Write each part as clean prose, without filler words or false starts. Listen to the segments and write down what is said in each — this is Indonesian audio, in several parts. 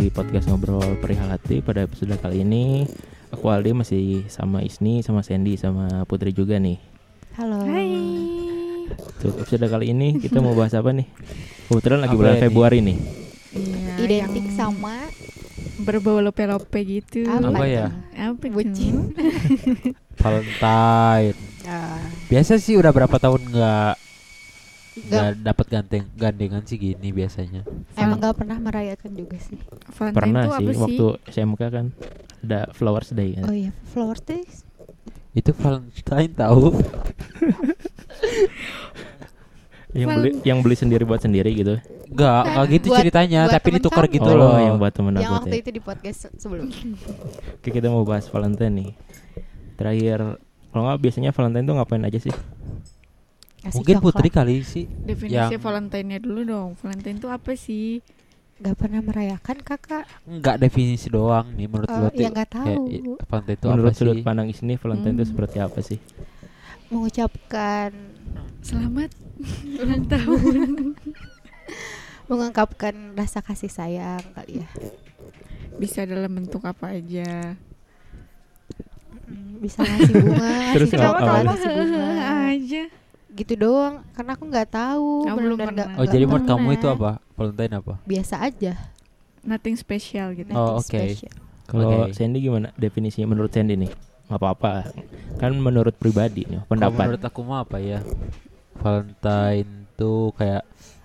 di podcast Ngobrol Perihal Hati. Pada episode kali ini aku Aldi masih sama Isni, sama Sandy, sama Putri juga nih. Halo. Hai. Untuk episode kali ini kita mau bahas apa nih? Kebetulan lagi Apa bulan ya Februari nih. Iya, Identik yang sama berbau lope-lope gitu. Apa ya? Apa tuh? bucin. Valentine. Biasa sih udah berapa tahun nggak dapat gandengan sih gini biasanya. Emang gak pernah merayakan juga sih. Valentine Pernah tuh sih apa waktu SMK kan ada Flowers Day kan. Oh iya, Flowers Day. Itu Valentine tahu? Yang beli sendiri buat sendiri gitu. Nggak gitu buat- ceritanya, buat tapi temen ditukar kamu. gitu Oh, loh. yang buat temen Yang aku waktu teh. itu di podcast sebelumnya. Oke, kita mau bahas Valentine nih. Terakhir, kalau nggak biasanya Valentine tuh ngapain aja sih? Kasih Mungkin coklat. Putri kali sih. Definisi Yang- Valentine-nya dulu dong. Valentine tuh apa sih? Gak pernah merayakan kakak. Nggak definisi doang nih menurut Oh, Putri. ya nggak tahu. Valentine itu Menurut apa sudut sih? pandang Isni, Valentine itu Hmm. seperti apa sih? Mengucapkan, Selamat ulang tahun. mengungkapkan rasa kasih sayang kali ya. Bisa dalam bentuk apa aja. Bisa ngasih bunga, Terus ngasih kenapa coklat, kamu- ngasih bunga. aja. Gitu doang. Karena aku nggak tahu. Aku belum benar-benar pernah. Oh nggak jadi menurut pernah. kamu itu apa? Valentine apa? Biasa aja. Nothing special gitu. Oh, Nothing oke. special. Kalau Oke. Sandy gimana definisinya menurut Sandy nih? Nggak apa-apa. Kan menurut pribadi nih, Kalau pendapat. menurut aku mah apa ya? Valentine tuh kayak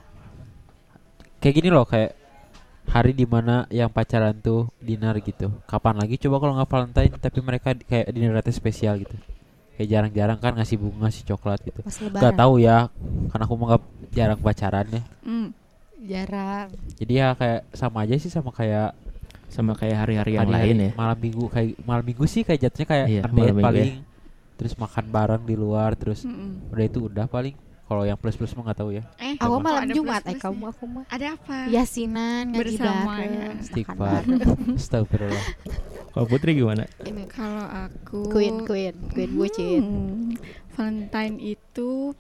gini loh, kayak hari dimana yang pacaran tuh dinner gitu. Kapan lagi coba kalau nggak Valentine tapi mereka kayak dinnernya spesial gitu. Kayak jarang-jarang kan ngasih bunga, ngasih coklat gitu. Pas Gak lebaran. tahu ya, karena aku mah nggak jarang pacaran ya. Jarang. Jadi ya kayak sama aja sih, sama kayak Sama kayak hari-hari yang hari-hari lain ya. malam minggu sih kayak jatuhnya kayak Iya, ngedate malam minggu paling. Terus makan bareng di luar, terus Mm-mm. udah itu udah paling. Kalau yang plus-plus mah nggak tahu ya. Aku kok malam ada Jumat, plus-plusnya? kamu aku mah Ada apa? Yasinan ngaji Bersama, bareng, ya. makan Istighfar. bareng. Astagfirullah. Kalau Putri gimana? Ini Kalau aku Queen bucin. Valentine itu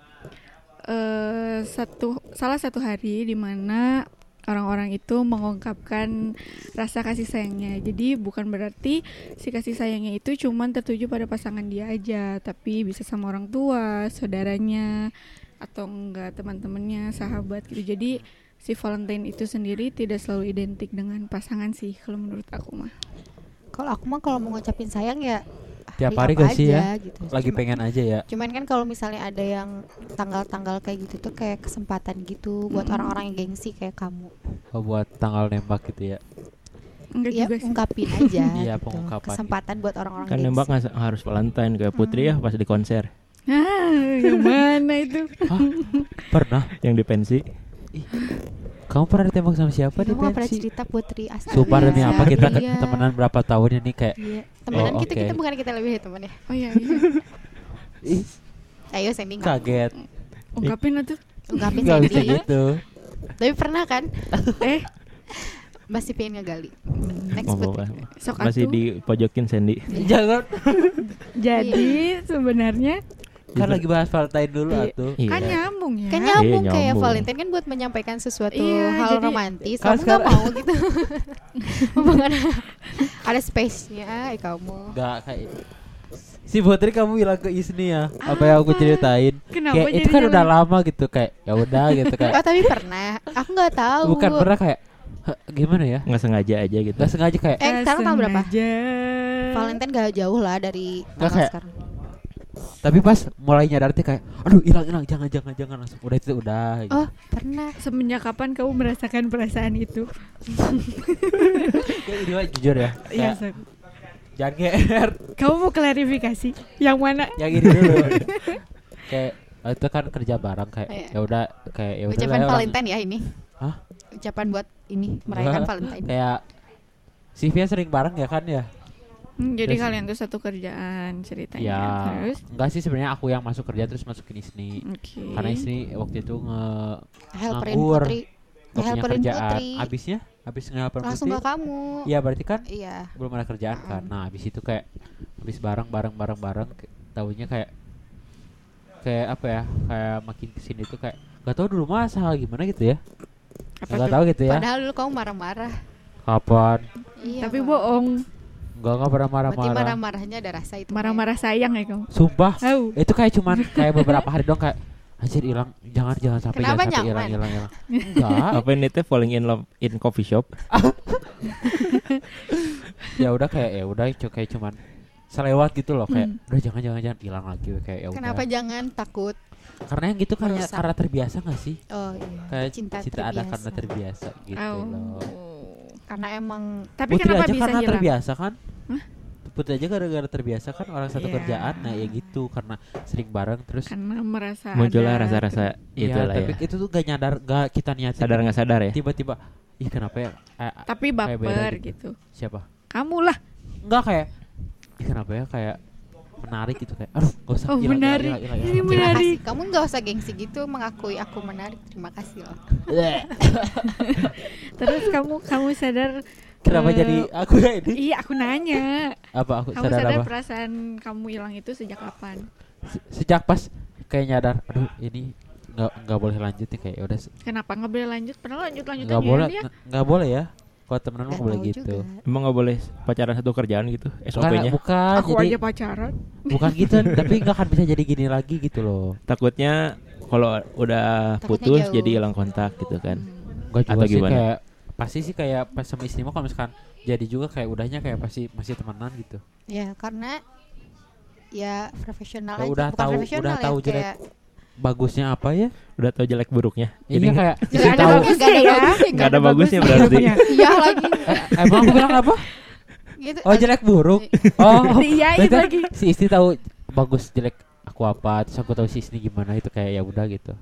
salah satu hari di mana orang-orang itu mengungkapkan rasa kasih sayangnya. Jadi bukan berarti si kasih sayangnya itu cuman tertuju pada pasangan dia aja, tapi bisa sama orang tua, saudaranya, atau enggak teman-temannya, sahabat gitu. Jadi si Valentine itu sendiri tidak selalu identik dengan pasangan sih kalau menurut aku mah. Kalau aku mah kalau mau ngucapin sayang ya Tiap hari apa gak sih aja, ya? gitu. Lagi Cuma- pengen aja ya. Cuman kan kalau misalnya ada yang tanggal-tanggal kayak gitu tuh kayak kesempatan gitu buat orang-orang yang gengsi kayak kamu. Oh, buat tanggal nembak gitu ya. Enggak Ya juga sih. ungkapin aja. Iya, gitu. pengungkapan. Kesempatan buat orang-orang Kan gengsi. nembak nggak harus Valentine kayak Putri ya pas di konser Yang mana itu? Hah? Pernah? yang di pensi. Kamu pernah ditembak sama siapa di Kamu gak pernah pensi? cerita Putri astaga. Sumpah demi apa kita Iya. temenan berapa tahun ini kayak Iya. Temenan Oh, kita oke. bukan kita lebih ya temen ya. Oh iya, iya. ih, Ayo Sandy kaget. Ungkapin atuh. ungkapin Gak bisa Sandy. gitu. Tapi pernah kan? Eh, Masih pengen ngegali. Next Oh, Putri. sok masih atuh. dipojokin Sandy. Jangan. Jadi sebenarnya Kan lagi bahas Valentine dulu Iya. atuh. Iya. kan nyambung ya. Kan nyambung Iya, kayak nyambung. Valentine kan buat menyampaikan sesuatu Iya, hal jadi- romantis. Kan Kamu gak sekarang- mau gitu. Mumpung ada space-nya kamu. Gak kayak si Putri kamu bilang ke Isni ya apa yang aku ceritain. Kenapa Kayak itu jadi kan udah nyambung? lama gitu kayak ya udah gitu kayak Oh tapi pernah. Aku nggak tahu. bukan pernah kayak "Hah, gimana ya? Nggak sengaja aja gitu. Gak sengaja kayak Sekarang tahun berapa? Sengaja. Valentine gak jauh lah dari Nggak tanggal kayak- sekarang. tapi pas mulai nyadar tuh kayak aduh hilang jangan langsung udah itu udah gitu. Oh pernah. Semenjak kapan kamu merasakan perasaan itu? Kayak ini mah jujur ya Iya, kayak, Sok. jangan GR Kamu mau klarifikasi yang mana? yang ini dulu kayak itu kan kerja bareng kayak Iya. ya udah kayak ya udah Ucapan Valentine ya ini. Hah? Ucapan buat ini merayakan Enggak. Valentine. Kayak Sivia sering bareng ya kan ya. Jadi Terus- kalian tuh satu kerjaan ceritanya. Ya Terus enggak sih sebenarnya aku yang masuk kerja terus masukin Isni oke. karena Isni waktu itu Helperin nganggur. Putri. nggak punya Helperin kerjaan. Putri. Abis nge-helper Langsung Putri ke kamu. iya berarti kan Iya. belum ada kerjaan kan. Nah abis itu kayak abis bareng tahunya kayak apa ya, kayak makin kesini tuh kayak gak tau dulu masa gimana gitu ya. Apa Gak tuh? tahu gitu ya. Padahal dulu kamu marah-marah. Kapan? Iya, Tapi Bang. bohong. Enggak pernah Berarti marah-marah. marah-marahnya ada rasa itu. Marah-marah sayang ya kamu. Sumpah. Tahu. Itu kayak cuman kayak beberapa hari doang kayak anjir hilang, jangan sampai Kenapa jangan sampai nyaman? hilang. Enggak. Apa ini teh falling in love in coffee shop? Ya udah kayak cuman selewat gitu loh kayak udah jangan hilang lagi kayak ya udah. Kenapa jangan takut? Karena yang gitu kayak Merusak. karena terbiasa gak sih? Oh iya. Kayak Cinta ada terbiasa. karena terbiasa gitu Oh. loh. Karena emang Tapi Putri kenapa aja bisa karena hilang? terbiasa kan? Hah? Putri aja gara-gara terbiasa kan orang satu Iya. kerjaan, nah ya gitu karena sering bareng terus. Karena merasa Muncullah ada rasa-rasa Iya, itulah tapi ya. itu tuh gak nyadar, gak kita niatin. Sadar nggak sadar ya? Tiba-tiba, ih kenapa ya? tapi Kayak beda baper gitu. gitu. Siapa? Kamu lah. Enggak kayak, ih kenapa ya kayak menarik gitu kayak, aduh gak usah. Oh, hilang, menarik. hilang. Ini terima menarik. kasih. Kamu nggak usah gengsi gitu mengakui aku menarik. Terima kasih loh. Terus kamu sadar Kenapa eh, jadi aku ya ini? Iya, aku nanya. Apa aku Kamu sadar sadar apa? perasaan kamu hilang itu sejak kapan? Sejak pas kayak nyadar, aduh ini nggak boleh lanjut nih kayak udah Kenapa nggak boleh lanjut? Pernah lanjut nggak aja boleh dia. nggak boleh ya. Kalau temenan mah Nggak boleh tahu gitu. juga. Emang nggak boleh pacaran satu kerjaan gitu Bukan, SOP-nya? bukan Aku jadi aja pacaran. bukan gitu, tapi nggak akan bisa jadi gini lagi gitu loh. Takutnya kalau udah Takutnya putus jauh. jadi hilang kontak gitu kan? Enggak juga Atau sih gimana? kayak pasti sih kayak pas sama istri mah kalau misalkan jadi juga kayak udahnya kayak pasti masih temenan gitu. Ya karena ya profesional Ya, aja. udah Bukan tahu- profesional udah ya, tahu jelek. kayak Bagusnya apa ya? Udah tahu jelek buruknya. Iya Jadi kayak Nggak dikasih ada tahu. bagusnya ya. nggak ada bagusnya berarti. iya lagi. Emang aku bilang apa? Gitu. Oh jelek buruk. Oh. Diiyain berarti lagi. si istri tahu bagus jelek aku apa, terus aku tahu si istri gimana itu kayak ya udah gitu.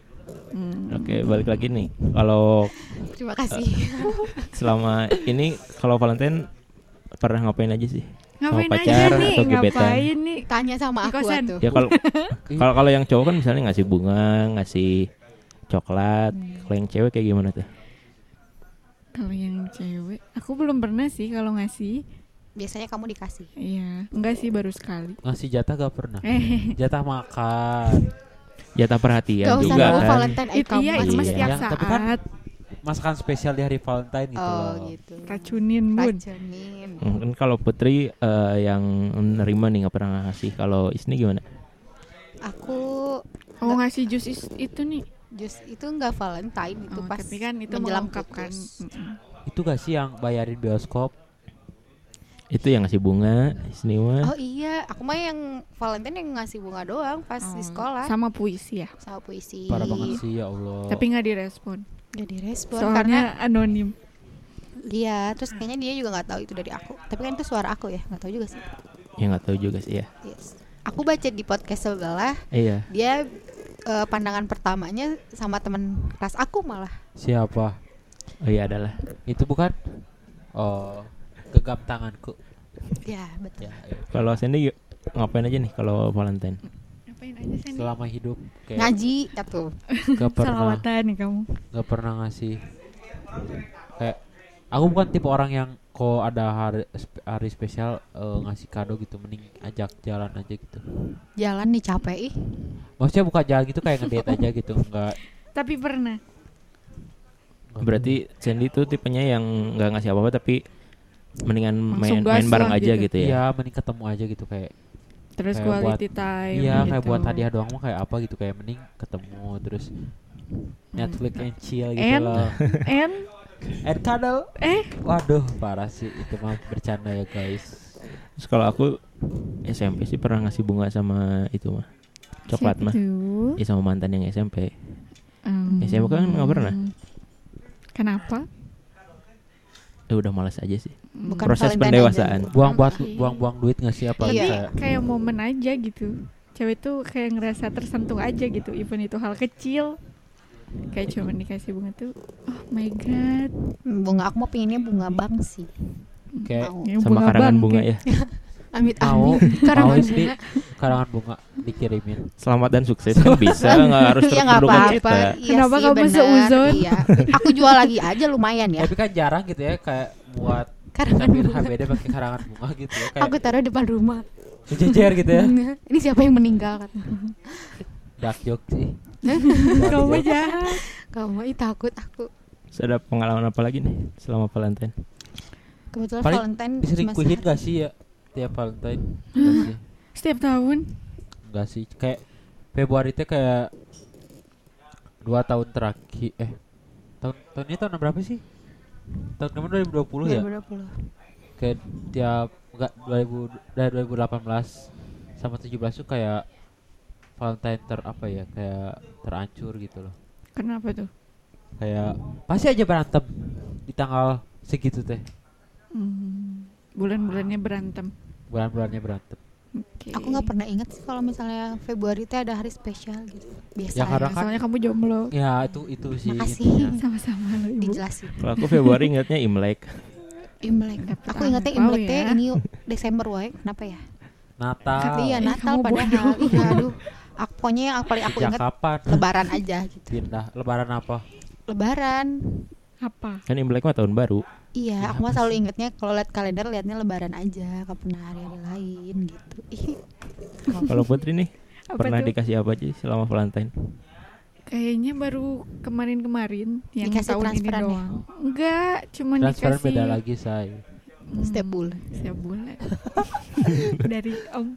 Oke, balik lagi nih. Kalau Terima kasih. selama ini kalau Valentine pernah ngapain aja sih? Ngapain pacar aja nih? atau gebetan? Ngapain nih? Tanya sama Di aku kosan. tuh. Ya kalau yang cowok kan misalnya ngasih bunga, ngasih coklat. Kalau yang cewek kayak gimana tuh? Kalau yang cewek, aku belum pernah sih kalau ngasih. Biasanya kamu dikasih. Iya, enggak sih baru sekali. Ngasih jatah gak pernah. Eh, Jatah makan. Jatah perhatian Gak usah juga nunggu kan. Valentine itu iya, itu Iya. mah setiap Ya, tapi kan saat Masakan spesial di hari Valentine gitu Oh loh. gitu. racunin bun. Racunin. Kan kalau Putri yang nerima nih nggak pernah ngasih. Kalau Isni gimana? Aku Oh ngasih jus itu nih. jus itu nggak Valentine itu Oh, pas tapi kan itu menjelang mengungkapkan. putus. Itu gak sih yang bayarin bioskop? Itu yang ngasih bunga, Isni mah. Oh iya, aku mah yang Valentine yang ngasih bunga doang pas di sekolah Sama puisi ya. sama puisi. Parah banget sih ya Allah. Tapi nggak direspon. Gak direspon Soalnya karena anonim. dia terus kayaknya dia juga nggak tahu itu dari aku. Tapi kan itu suara aku ya, nggak tahu juga sih. Ya nggak tahu juga sih ya. Yes. Aku baca di podcast sebelah Iya. dia pandangan pertamanya sama teman kelas aku malah. Siapa? Oh iya adalah. Itu bukan? Oh, gegap tanganku. Ya betul. Ya, ya. Kalau Sandy ngapain aja nih kalau Valentine? Ngapain aja sih? Selama hidup kayak Ngaji ya tuh. gak pernah Salawatan nih kamu. gak pernah ngasih. Kayak aku bukan tipe orang yang kok ada hari spesial ngasih kado gitu, mending ajak jalan aja gitu. Jalan nih capek ih. Maksudnya bukan jalan gitu kayak ngedate aja gitu, enggak. Tapi pernah. Berarti Sandy tuh tipenya yang nggak ngasih apa-apa tapi mendingan Langsung main gas bareng lah aja gitu. gitu ya. Iya, mending ketemu aja gitu kayak. Terus Kayak quality time. Iya, kayak gitu. buat hadiah doang mah kayak apa gitu, kayak mending ketemu terus Netflix and chill gitu And? loh. And Cuddle. eh Waduh, parah sih itu mah bercanda ya guys. Terus kalau aku SMP sih pernah ngasih bunga sama itu mah. Coklat mah. siapa tuh? Ya sama mantan yang SMP. Hmm. SMP kan nggak pernah. Kenapa? Udah malas aja sih. Bukan Proses Valentine pendewasaan. Buang-buang duit nggak sih apa Iya. kayak Kayak momen aja gitu. Cewek tuh kayak ngerasa tersentuh aja gitu, even itu hal kecil. Kayak cuma dikasih bunga tuh, oh my god. Bunga aku mau pinginnya bunga bang sih. kayak Mau. Ya, Sama karangan bunga bangke. ya. Amit mau amit. Karangan sih bunga. karangan bunga dikirimin. Selamat dan sukses kan bisa, nggak harus Iya terus nggak berduka apa-apa. cita. Iya Kenapa sih, kamu bener. seuzon? Iya. Aku jual lagi aja lumayan ya. Tapi kan jarang gitu ya kayak buat Karangan ngambil bunga. HBD pakai karangan bunga gitu ya kayak Aku taruh depan rumah. sejajar gitu ya. Ini siapa yang meninggal kan? Dark joke sih. Kamu jahat. Kamu ih takut aku. Terus ada pengalaman apa lagi nih selama Valentine? Kebetulan Paling Valentine cuma diselingkuhin sehari. gak sih ya tiap Valentine? Enggak sih. Setiap tahun. Enggak sih. Kayak Februari teh kayak 2 tahun terakhir tahun ini tahun berapa sih? Tahun kemarin 2020 ya? 2020. Kayak tiap enggak 2000 dari 2018 sama 17 tuh kayak Valentine kayak terancur gitu loh. Kenapa tuh? Kayak pasti aja berantem di tanggal segitu teh. Bulan-bulannya berantem. Bulan-bulannya berantem. Oke. Aku nggak pernah ingat sih kalau misalnya Februari itu ada hari spesial gitu. Biasa Ya, karena aja. kan- Soalnya kamu jomblo. Ya itu sih Makasih. intinya. Sama-sama lo ibu. Dijelasin. Kalau aku Februari ingatnya Imlek. Imlek. Dapet Aku ingatnya angpau Imlek teh ya. ini Desember wae. Kenapa ya? Natal. Iya, Natal kamu padahal. Iya, aduh. Pokoknya yang paling aku Sejak ingat kapan Lebaran aja gitu. pindah lebaran apa? Lebaran. Apa? Kan Imlek mah tahun baru. Iya, Ya, aku mah apa selalu sih? ingetnya kalau lihat kalender liatnya Lebaran aja, gak pernah hari-hari lain gitu. Ih, Kalau Putri nih Apa pernah tuh? dikasih apa aja selama Valentine? Kayaknya baru kemarin-kemarin yang Dikasih tahun ini transferan ya? doang. Enggak, cuma Transferan dikasih beda lagi say. setiap bulan. Setiap bulan. Dari Om.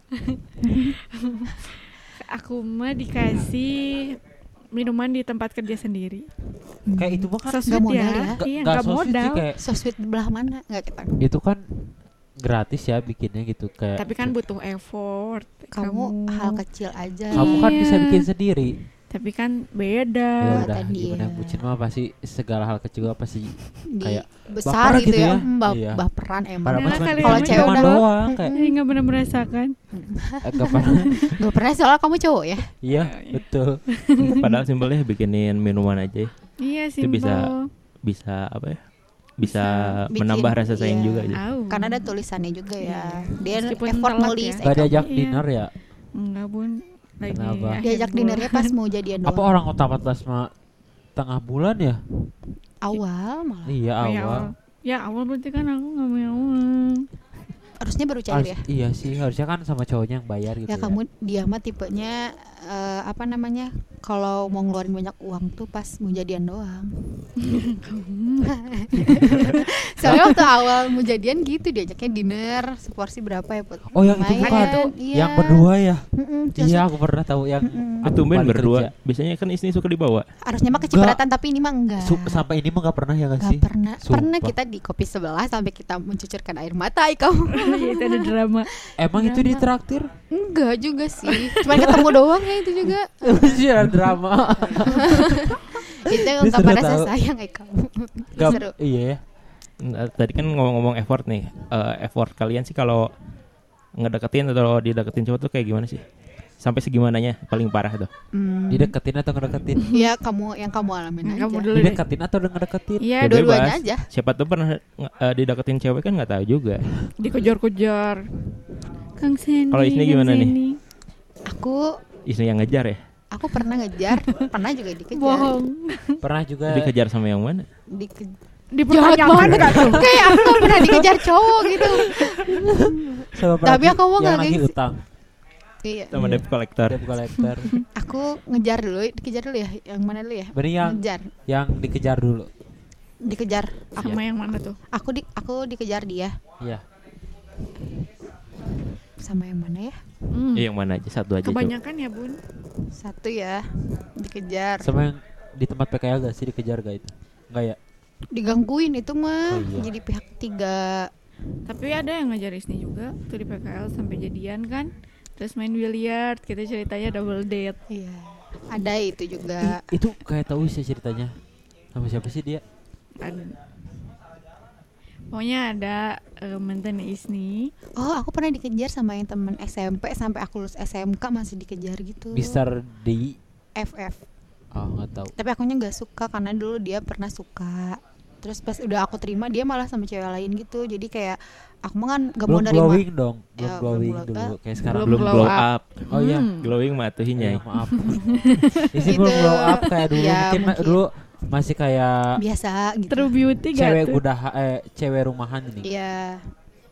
Aku mah dikasih minuman di tempat kerja sendiri. Kayak itu mah kan So Nggak sweet modal ya. ya? Iya, nggak nggak so sweet sih, modal. kayak So sweet belah mana? Enggak kita. itu kan gratis ya bikinnya gitu kayak. Tapi kan butuh effort. Kamu hal kecil aja. kamu kan bisa Iya. bikin sendiri. Tapi kan Ya beda. udah tadi gimana ya. bucin mah pasti segala hal kecil pasti Di kayak besar baper gitu gitu ya. ya. Bap Iya. baperan emang. Padahal Nah, cuma kali kalau ini cewek minuman udah doang kayak Jadi nggak pernah merasakan. enggak pernah. Gak pernah soalnya kamu cowok ya. Iya, betul. Padahal simpelnya bikinin minuman aja Iya Itu simpel. bisa apa ya? Bisa Bikin, menambah rasa sayang iya. juga gitu. Au. Karena ada tulisannya juga ya. Dia Meskipun effort telat nulis. ya. Gak diajak Iya. dinner ya? Enggak bun. Lagi Kenapa? akhir Diajak bulan. dinernya pas mau jadian Apa doang. orang kota 14 mah tengah bulan ya? Awal malah. Iya Oh, ya awal. Ya awal berarti kan aku nggak mau. Harusnya baru cair ya. Iya sih, harusnya kan sama cowoknya yang bayar gitu Ya kamu dia mah tipenya apa namanya? Kalau mau ngeluarin banyak uang tuh pas mau jadian doang. Soalnya waktu awal mau jadian gitu diajaknya dinner seporsi berapa ya Put? Oh yang itu Lumayan, bukan iya. yang berdua ya? Terus Iya aku pernah tahu yang Ah, tumben balik berdua. kerja. Biasanya kan istri suka dibawa. harusnya mah kecipratan tapi ini mah enggak. Sampai ini mah gak pernah ya gak Gak sih? pernah. Pernah Sumpah. kita di kopi sebelah sampai kita mencucurkan air mata kamu. Ya, itu ada drama. Emang itu di traktir? Enggak juga sih. Cuma ketemu doang ya itu juga. Sih ada drama. Itu Dia ungkapan seru rasa tahu. sayang kamu. Gak, Seru. iya ya. Nah, tadi kan ngomong-ngomong effort nih. Effort kalian sih kalau ngedeketin atau dideketin cowok tuh kayak gimana sih? Sampai segimananya paling parah tuh. Dideketin atau ngedeketin? Ya kamu yang kamu alamin aja. Kamu dulu deh. Dideketin atau udah ngedeketin? Iya, Ya dua-duanya bebas. aja. Siapa tuh pernah dideketin cewek kan nggak tahu juga. dikejar-kejar. Kang Sandy. Kalau Isni Kang gimana nih? Sandy. Aku Istri yang ngejar ya? aku pernah ngejar, pernah juga dikejar. Bohong. Pernah juga Dikejar sama yang mana? Dipertanyakan gak tuh? Kayak aku gak pernah dikejar cowok gitu. sama Tapi aku mah yang nggak lagi gengsi. utang. Iya. Sama Iya. debt collector. Debt collector. Aku ngejar dulu, dikejar dulu ya. Yang mana dulu ya? Berarti yang Ngejar, yang dikejar dulu. dikejar. Sama yang mana tuh? Aku dikejar dia. Iya. Sama yang mana ya? Yang mana aja satu aja coba. Kebanyakan ya bun. Satu ya, dikejar. Sama yang di tempat PKL gak sih dikejar gak itu? Enggak ya? Digangguin itu mah. Oh, iya. Jadi pihak ketiga. Tapi ada yang ngejar Isni juga tuh di PKL sampai jadian kan. Terus main biliar, kita ceritanya double date. Iya. Ada itu juga. Itu kayak tahu sih ceritanya. Sama siapa sih dia? Pokoknya ada mantan Isni. Oh, aku pernah dikejar sama yang temen SMP sampai aku lulus SMK masih dikejar gitu. Mister D. FF. Oh nggak tahu. Tapi akunya nggak suka karena dulu dia pernah suka. Terus pas udah aku terima dia malah sama cewek lain gitu. Jadi kayak aku mah kan gak mau Belum nerima. glowing dong. Belum Ya, glowing belum dulu. glow Kayak sekarang. Belum Glow glow up. up. Oh iya. Glowing mah tuh Iya, hinyai. maaf. Isi belum Itu. glow up kayak dulu. Ya, mungkin, mungkin. dulu masih kayak Biasa gitu. True beauty gak cewek tuh? cewek rumahan ini. Iya.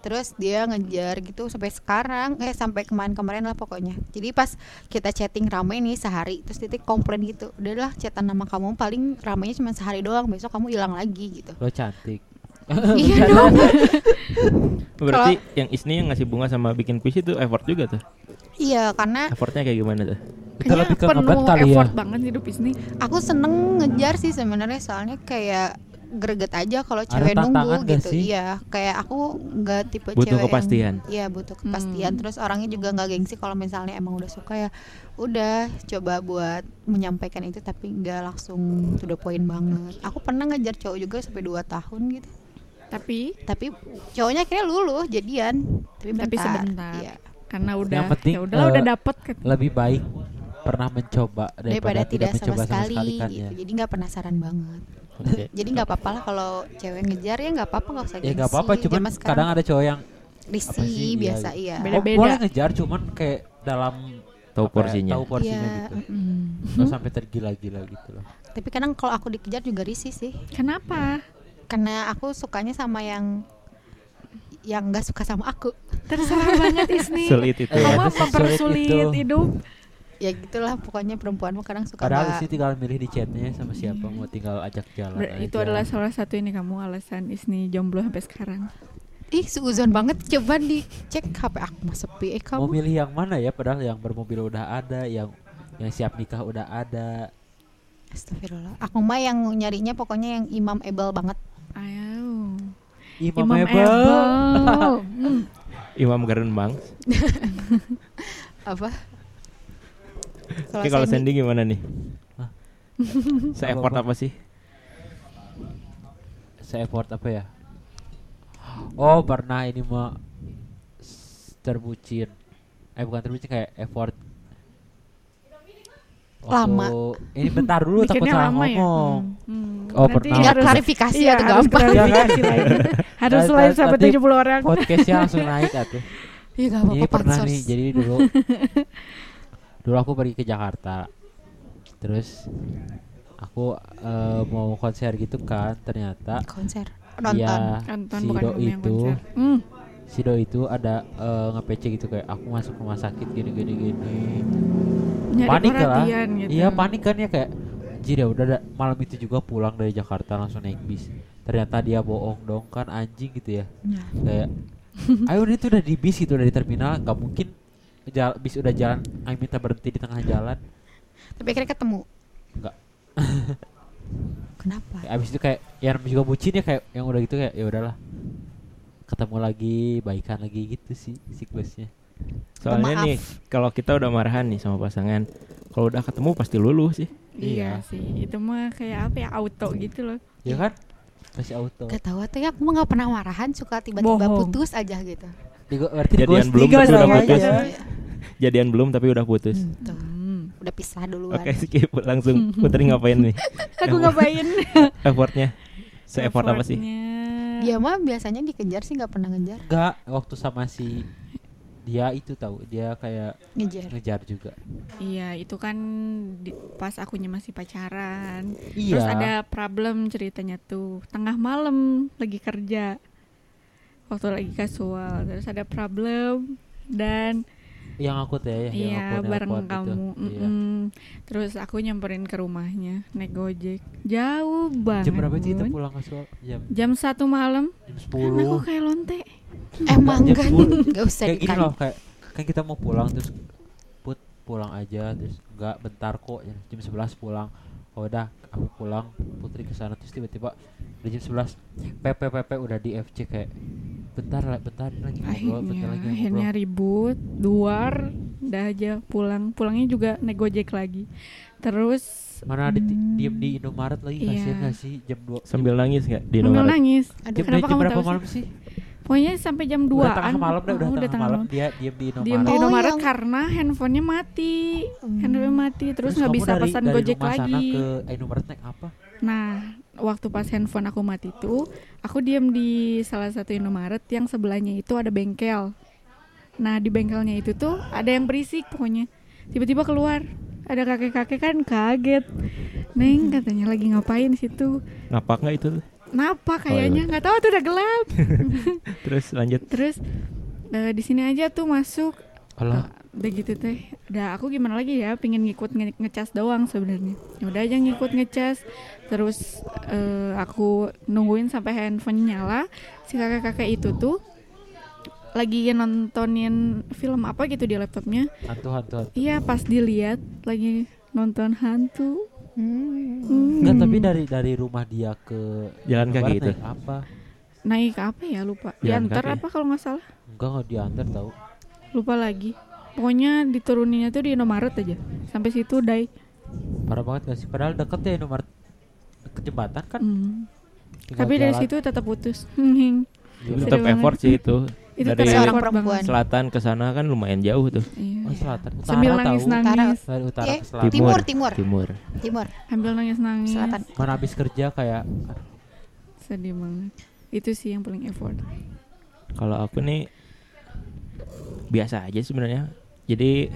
Terus dia ngejar gitu sampai sekarang, sampai kemarin lah pokoknya. Jadi pas kita chatting rame nih sehari, terus titik komplain gitu, udahlah chatan nama kamu paling ramenya cuma sehari doang, besok kamu hilang lagi gitu. Lo cantik. Iya dong. Berarti yang Isni yang ngasih bunga sama bikin puisi itu effort juga tuh. Iya, karena Effortnya kayak gimana tuh? Kita lebih ke penuh ngebat kali ya. effort banget hidup ini. aku seneng ngejar sih sebenarnya, soalnya kayak greget aja kalau Ada cewek tantangan nunggu gak gitu. sih? Iya, kayak aku nggak tipe Butuh cewek kepastian. Iya, butuh kepastian. Terus orangnya juga nggak gengsi kalau misalnya emang udah suka ya udah coba buat menyampaikan itu, tapi nggak langsung to the point banget. Aku pernah ngejar cowok juga sampai 2 tahun gitu. Tapi Cowoknya akhirnya luluh jadian, tapi sebentar. Iya. Karena udah Yang penting, ya udahlah udah dapet kan. Lebih baik pernah mencoba Daripada tidak sama sekali kan gitu. ya. Jadi nggak penasaran banget. Oke. Jadi nggak apa-apa lah kalau cewek ngejar, ya nggak apa-apa, nggak usah Ya gengsi. nggak apa-apa, cuman Zaman sekarang kadang ada cowok yang risih apa sih, biasa iya. iya. Beda-beda. boleh ngejar, cuman kayak dalam Tahu apa ya, porsinya. tahu porsinya Iya, gitu. mm-mm. Nggak sampai tergila-gila gitu loh. Tapi kadang kalau aku dikejar juga risih sih, Kenapa? karena aku sukanya sama yang nggak suka sama aku. Terserah banget Isni. Sulit itu Iya, ya. Kamu itu mempersulit itu. hidup. Ya gitulah pokoknya, perempuan mah kadang suka Padahal nggak- sih tinggal milih di chatnya sama siapa, mau tinggal ajak jalan aja. Itu adalah salah satu ini kamu alasan Isni jomblo sampai sekarang. Ih, suuzon banget. Coba dicek HP aku mah sepi. Mau Kamu milih yang mana ya, padahal yang bermobil udah ada, yang siap nikah udah ada. astagfirullah. Aku mah yang nyarinya pokoknya yang imam able banget. Ayo. Imam Imam Ebel. Ebel. Imam Garembang. Apa? Oke, kalau Sandy gimana nih? Hah? Se-effort Apa-apa? apa sih? Se-effort apa ya? Oh, pernah ini mah terbucin. Bukan terbucin, kayak effort. Lama. Ini bentar dulu, takut Mikirnya salah lama ya? ngomong. Hmm. Oh, Nanti pernah. Tinggal harus- klarifikasi iya, atau harus gampang. klarifikasi lagi. Harus Nanti- live sampai nanti 70 orang. Podcastnya langsung naik atuh. Iya, nggak apa-apa, Ini pernah pansos. nih, jadi dulu aku pergi ke Jakarta. Terus aku mau konser gitu kan, ternyata konser nonton. ya Nonton si bukan Do kamu yang itu konser. si Do itu ada nge-PC gitu, kayak aku masuk rumah sakit gini. Nyari Panik lah. perhatian gitu. Iya, panik kan ya, kayak anjir ya udah malam itu juga pulang dari Jakarta langsung naik bis. Ternyata dia bohong dong kan, anjing gitu ya. Nah, Kayak ayo ini tuh udah di bis gitu, dari terminal, nggak mungkin bis udah jalan ayo minta berhenti di tengah jalan. tapi akhirnya ketemu. Enggak. Kenapa? Ya, abis itu kayak ya namanya juga bucin ya, kayak yang udah gitu kayak ya udahlah, ketemu lagi, baikan lagi gitu sih siklusnya. Soalnya Maaf. nih, kalau kita udah marahan nih sama pasangan, kalau udah ketemu pasti luluh sih. Iya Iya. sih. Itu mah kayak apa ya, auto gitu loh. Ya kan pasti auto. Gak tahu tuh ya, aku mah nggak pernah marahan, suka tiba-tiba Bohong. putus aja gitu. Berarti Jadian ghosting belum tapi udah sama putus. aja. Jadian belum tapi udah putus. Tuh, udah pisah duluan. Oke, skip langsung. Putri ngapain nih? Aku ngapain? Effortnya? Se-effort apa sih? Effortnya. Dia mah biasanya dikejar sih, nggak pernah ngejar. Enggak, waktu sama si dia itu tahu, dia kayak Ngejar. ngejar juga. Iya, itu kan pas akunya masih pacaran. Iya. Terus ada problem ceritanya tuh. Tengah malam lagi kerja. Waktu lagi kasual. Terus ada problem dan Yang aku teh ya, yang iya aku bareng nelpon itu. kamu. Iya. Terus aku nyamperin ke rumahnya naik Gojek. Jauh banget. Jam berapa sih kita Bun. pulang ke Solo? Jam 1 malam. Jam Kan aku 10. kayak lonte. Emang Jam kan 10. nggak usah Kayak gini dikali. loh, kayak kan kita mau pulang terus pulang aja, terus enggak bentar kok, jam 11 pulang. Oh udah, aku pulang, Putri ke sana, terus tiba-tiba udah jam 11 PP udah di FC, kayak bentar lagi ngobrol, bentar lagi Akhirnya ngobrol. ribut, duar, udah aja pulangnya juga naik Gojek lagi. Terus Mana ada diem di Indomaret lagi, Iya. kasihan gak sih jam 2 Sambil nangis nggak di sambil nomor? nangis. Aduh, Kenapa kamu berapa tahu sih? malam sih? Pokoknya sampai jam 2 Udah tengah malam dah, udah tengah malam dia diem di Indomaret. Diem di Oh, Indomaret yang- karena handphonenya mati. Handphonenya mati, terus nggak kamu bisa pesan dari Gojek rumah sana lagi. ke Indomaret naik apa? Nah, waktu pas handphone aku mati tuh, aku diem di salah satu Indomaret yang sebelahnya itu ada bengkel. Nah, di bengkelnya itu tuh ada yang berisik pokoknya. Tiba-tiba keluar, ada kakek-kakek kan kaget. Neng katanya lagi ngapain di situ? Ngapak nggak itu? Kenapa kayaknya nggak tahu tuh udah gelap. Terus lanjut. Terus di sini aja tuh masuk. Alah. Udah gitu teh. Udah aku gimana lagi ya, pingin ngikut ngecas doang sebenarnya. Ya udah aja ngikut ngecas. Terus aku nungguin sampai handphone nyala. Si kakek-kakek itu tuh lagi nontonin film apa gitu di laptopnya. Hantu. Iya, pas dilihat lagi nonton hantu. Enggak, tapi dari rumah dia ke Jalan kaki Indomaret itu. naik apa? Naik apa ya, lupa. Jalan Diantar kaki. apa kalau nggak salah? Enggak diantar tahu. Lupa lagi. Pokoknya dituruninnya tuh di Indomaret aja. Sampai situ dai. Parah banget gak sih? Padahal deket ya Indomaret, deket jembatan kan. Tinggal Tapi dari jalan. situ tetap putus. Gila. Tetap Sedih effort sih itu. Itu Dari seorang effort perempuan. banget. selatan ke sana kan lumayan jauh tuh. Iya. Oh, selatan utara Sambil tahu. nangis-nangis. Dari utara ke selatan. Timur. Timur. Sambil nangis-nangis. Selatan. Mana habis kerja kayak Sedih banget. Itu sih yang paling effort. Kalau aku nih biasa aja sebenarnya. Jadi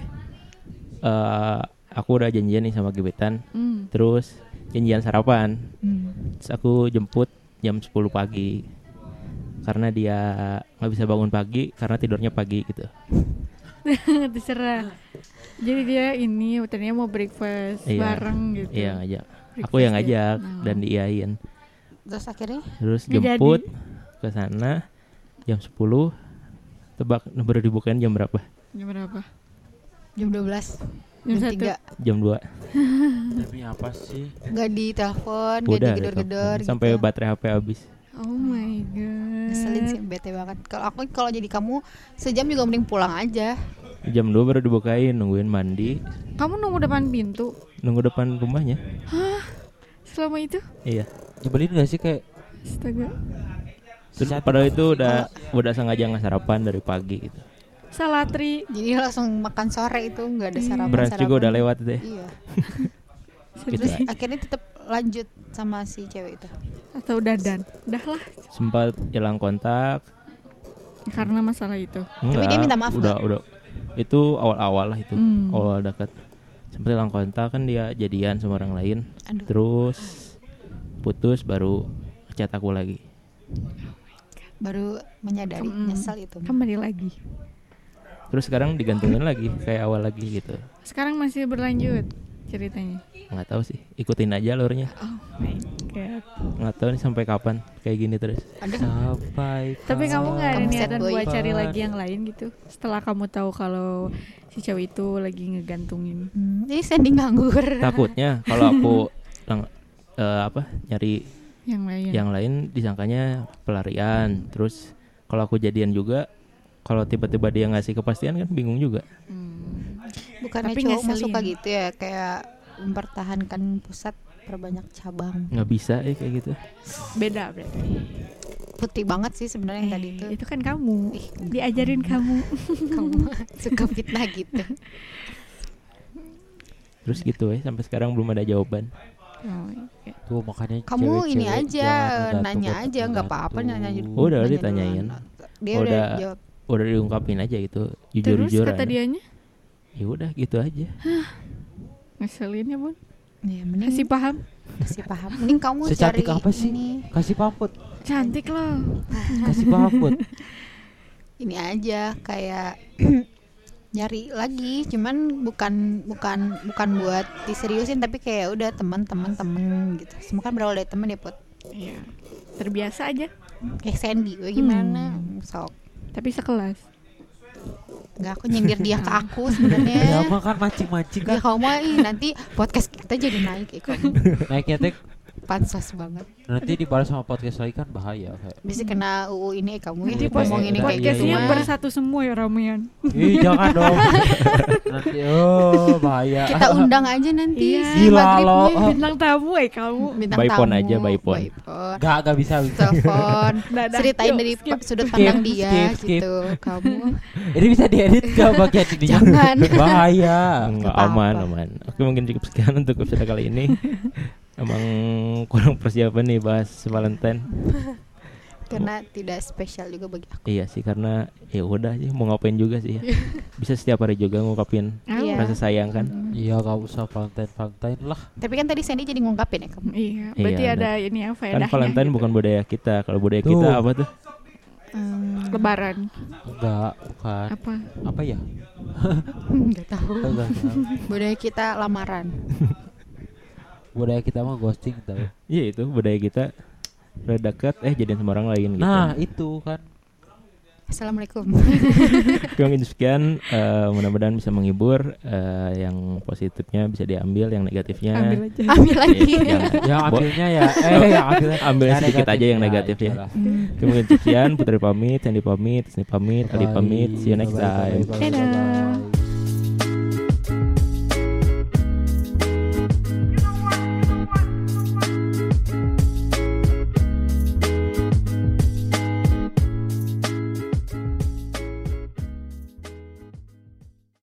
aku udah janjian nih sama gebetan. Terus janjian sarapan. Terus aku jemput jam 10 pagi. Karena dia nggak bisa bangun pagi karena tidurnya pagi gitu. Terserah. Jadi dia ini ternyata mau breakfast Iya. bareng gitu. Iya ngajak. Aku Breakfast yang ngajak date. dan diiyain. Terus akhirnya Terus Nggak jemput ke sana jam 10. Tebak baru dibukain jam berapa? Jam berapa? jam 12, Jam jam 1. 3 Jam 2. demi apa sih? nggak ditelepon, nggak Udah digedor-gedor ditelepon. Sampai gitu. baterai HP habis. Oh my god. Ngeselin sih, bete banget. Kalau jadi kamu sejam juga mending pulang aja. Jam 2 baru dibukain, nungguin mandi, Kamu nunggu depan pintu nunggu depan rumahnya. selama itu? Iya. Nyebelin gak sih kayak Astaga. Terus padahal itu udah sengaja nggak sarapan dari pagi gitu. Salatri. Jadi langsung makan sore itu nggak ada sarapan. Brunch juga udah lewat deh. Iya. Gitu. Terus akhirnya tetap lanjut sama si cewek itu. Atau dadan. Udah lah. Sempat hilang kontak. Karena masalah itu. Enggak, dia minta maaf udah. Itu awal-awal lah itu. Hmm. Awal dekat. Sempat hilang kontak kan dia jadian sama orang lain. Aduh. Terus putus baru chat aku lagi. Baru menyadari nyesel itu. Kembali lagi. Terus sekarang digantungin lagi kayak awal lagi gitu. Sekarang masih berlanjut ceritanya. Nggak tahu sih, ikutin aja alurnya. Oh my god. Nggak tahu nih sampai kapan kayak gini terus. sampai Tapi kamu nggak ada Kamu sad niatan boy. buat cari lagi yang lain gitu? Setelah kamu tahu kalau si cewek itu lagi ngegantungin. Jadi sending nganggur. Takutnya kalau aku nyari Yang lain. yang lain disangkanya pelarian. Terus kalau aku jadian juga, kalau tiba-tiba dia ngasih kepastian kan bingung juga. Bukannya Tapi cowok mah ngeselin. suka gitu ya, kayak mempertahankan pusat perbanyak cabang. Nggak bisa kayak gitu. Beda berarti. Putih banget sih sebenarnya yang tadi itu. Itu kan kamu. Diajarin kamu. Kamu suka fitnah gitu. Terus gitu sampai sekarang belum ada jawaban. Oh my God. tuh makanya Kamu ini cewek-cewek aja jangan nanya ngegantung, aja, nggak apa-apa nanya. Udah nanya ditanyain. duluan. Dia Udah. udah jawab. Udah diungkapin aja gitu, Terus jujur-jujuran. kata dianya Ya udah gitu aja. ngeselin ya bun. Ya, mending Kasih paham. kasih paham. Mending kamu Secantik cari apa sih? ini Kasih pamut, Cantik loh. kasih pamut. ini aja kayak nyari lagi, cuman bukan buat diseriusin, tapi kayak udah teman gitu. Semua kan berawal dari teman ya Put. Iya. Terbiasa aja. Kayak Sandy, gimana? Sok. Tapi sekelas. Nggak, aku nyindir dia ke aku Ya sebenarnya. mah kan mancing-mancing Ya kan. kamu mah nanti podcast kita jadi naik kamu. Naiknya teh Pansos banget. nanti dibalas sama podcast lagi kan bahaya kayak. Bisa kena UU ini kamu ya. Nanti pas- Ngomong ini kayak gitu podcastnya mah. bersatu semua ya ramean. Ih jangan dong. Nanti bahaya. Kita undang aja nanti Iya. si Gila maghribnya. lo. Bintang tamu kamu. Bintang By phone tamu, aja, by phone. Gak bisa. Telepon, Dadah, ceritain yuk, dari skip. sudut pandang Skip, dia skip. gitu. Kamu Ini bisa diedit gak bagian ini? Jangan. Bahaya. Enggak, apa-apa. aman. Oke, mungkin cukup sekian untuk episode kali ini. Emang kurang persiapan nih bahas Valentine. karena tidak spesial juga bagi aku. Iya sih, karena ya udah sih mau ngapain juga sih ya. Bisa setiap hari juga ngungkapin Oh, Iya. Iya. rasa sayang kan. Iya, gak usah Valentine lah. Tapi kan tadi Sandy jadi ngungkapin ya kamu. Iya, berarti Iya, ada ini yang Kan faedahnya. Valentine gitu. bukan budaya kita. Kalau budaya Tuh. kita apa tuh? Lebaran. Enggak, bukan. Apa ya? Enggak tahu. Enggak tahu. Budaya kita lamaran. Budaya kita mah ghosting tahu. Iya itu budaya kita. Udah deket jadian sama orang lain gitu. Nah, itu kan. Assalamualaikum. Mungkin sekian, mudah-mudahan bisa menghibur, yang positifnya bisa diambil, yang negatifnya Ambil aja. Ambil lagi. Yang ambilnya ya yang ambilnya ambil yang sedikit aja yang negatif. negatif ya. Itulah. Mungkin sekian, Putri pamit, Sandy pamit, Sni pamit, Ali pamit. See you next Bye-bye, time. bye-bye, bye-bye.